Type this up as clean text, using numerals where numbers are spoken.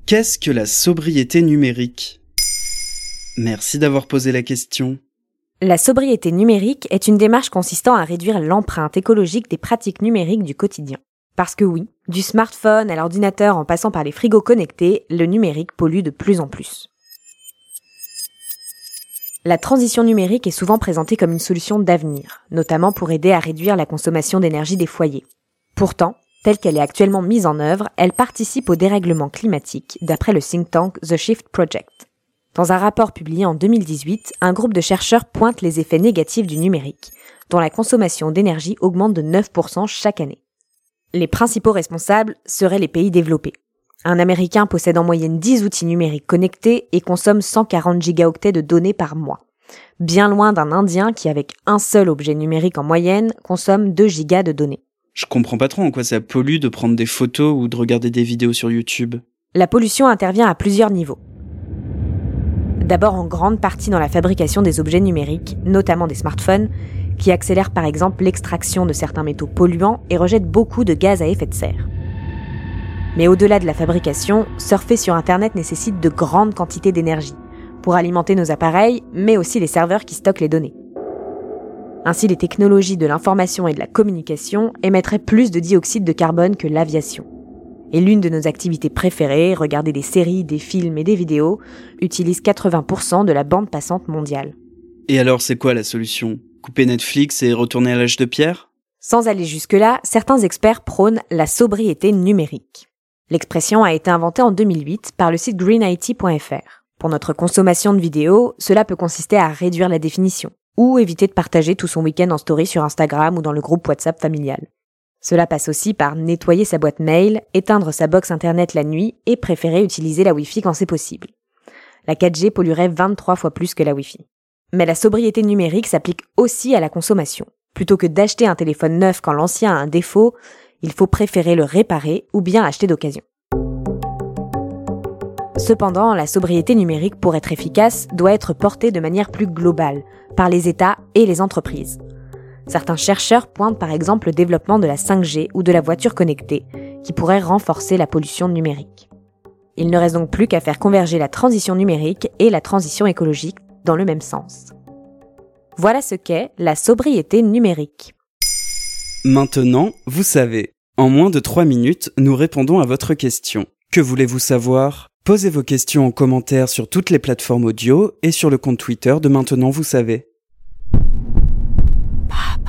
Qu'est-ce que la sobriété numérique ? Merci d'avoir posé la question. La sobriété numérique est une démarche consistant à réduire l'empreinte écologique des pratiques numériques du quotidien. Parce que oui, du smartphone à l'ordinateur en passant par les frigos connectés, le numérique pollue de plus en plus. La transition numérique est souvent présentée comme une solution d'avenir, notamment pour aider à réduire la consommation d'énergie des foyers. Pourtant, telle qu'elle est actuellement mise en œuvre, elle participe au dérèglement climatique, d'après le think tank The Shift Project. Dans un rapport publié en 2018, un groupe de chercheurs pointe les effets négatifs du numérique, dont la consommation d'énergie augmente de 9% chaque année. Les principaux responsables seraient les pays développés. Un Américain possède en moyenne 10 outils numériques connectés et consomme 140 gigaoctets de données par mois. Bien loin d'un Indien qui, avec un seul objet numérique en moyenne, consomme 2 gigas de données. Je comprends pas trop en quoi ça pollue de prendre des photos ou de regarder des vidéos sur YouTube. La pollution intervient à plusieurs niveaux. D'abord en grande partie dans la fabrication des objets numériques, notamment des smartphones, qui accélèrent par exemple l'extraction de certains métaux polluants et rejettent beaucoup de gaz à effet de serre. Mais au-delà de la fabrication, surfer sur Internet nécessite de grandes quantités d'énergie pour alimenter nos appareils, mais aussi les serveurs qui stockent les données. Ainsi, les technologies de l'information et de la communication émettraient plus de dioxyde de carbone que l'aviation. Et l'une de nos activités préférées, regarder des séries, des films et des vidéos, utilise 80% de la bande passante mondiale. Et alors, c'est quoi la solution ? Couper Netflix et retourner à l'âge de pierre ? Sans aller jusque-là, certains experts prônent la sobriété numérique. L'expression a été inventée en 2008 par le site greenIT.fr. Pour notre consommation de vidéos, cela peut consister à réduire la définition ou éviter de partager tout son week-end en story sur Instagram ou dans le groupe WhatsApp familial. Cela passe aussi par nettoyer sa boîte mail, éteindre sa box internet la nuit et préférer utiliser la Wi-Fi quand c'est possible. La 4G polluerait 23 fois plus que la Wi-Fi. Mais la sobriété numérique s'applique aussi à la consommation. Plutôt que d'acheter un téléphone neuf quand l'ancien a un défaut, il faut préférer le réparer ou bien acheter d'occasion. Cependant, la sobriété numérique, pour être efficace, doit être portée de manière plus globale, par les États et les entreprises. Certains chercheurs pointent par exemple le développement de la 5G ou de la voiture connectée, qui pourrait renforcer la pollution numérique. Il ne reste donc plus qu'à faire converger la transition numérique et la transition écologique dans le même sens. Voilà ce qu'est la sobriété numérique. Maintenant, vous savez. En moins de 3 minutes, nous répondons à votre question. Que voulez-vous savoir ? Posez vos questions en commentaire sur toutes les plateformes audio et sur le compte Twitter de Maintenant, vous savez.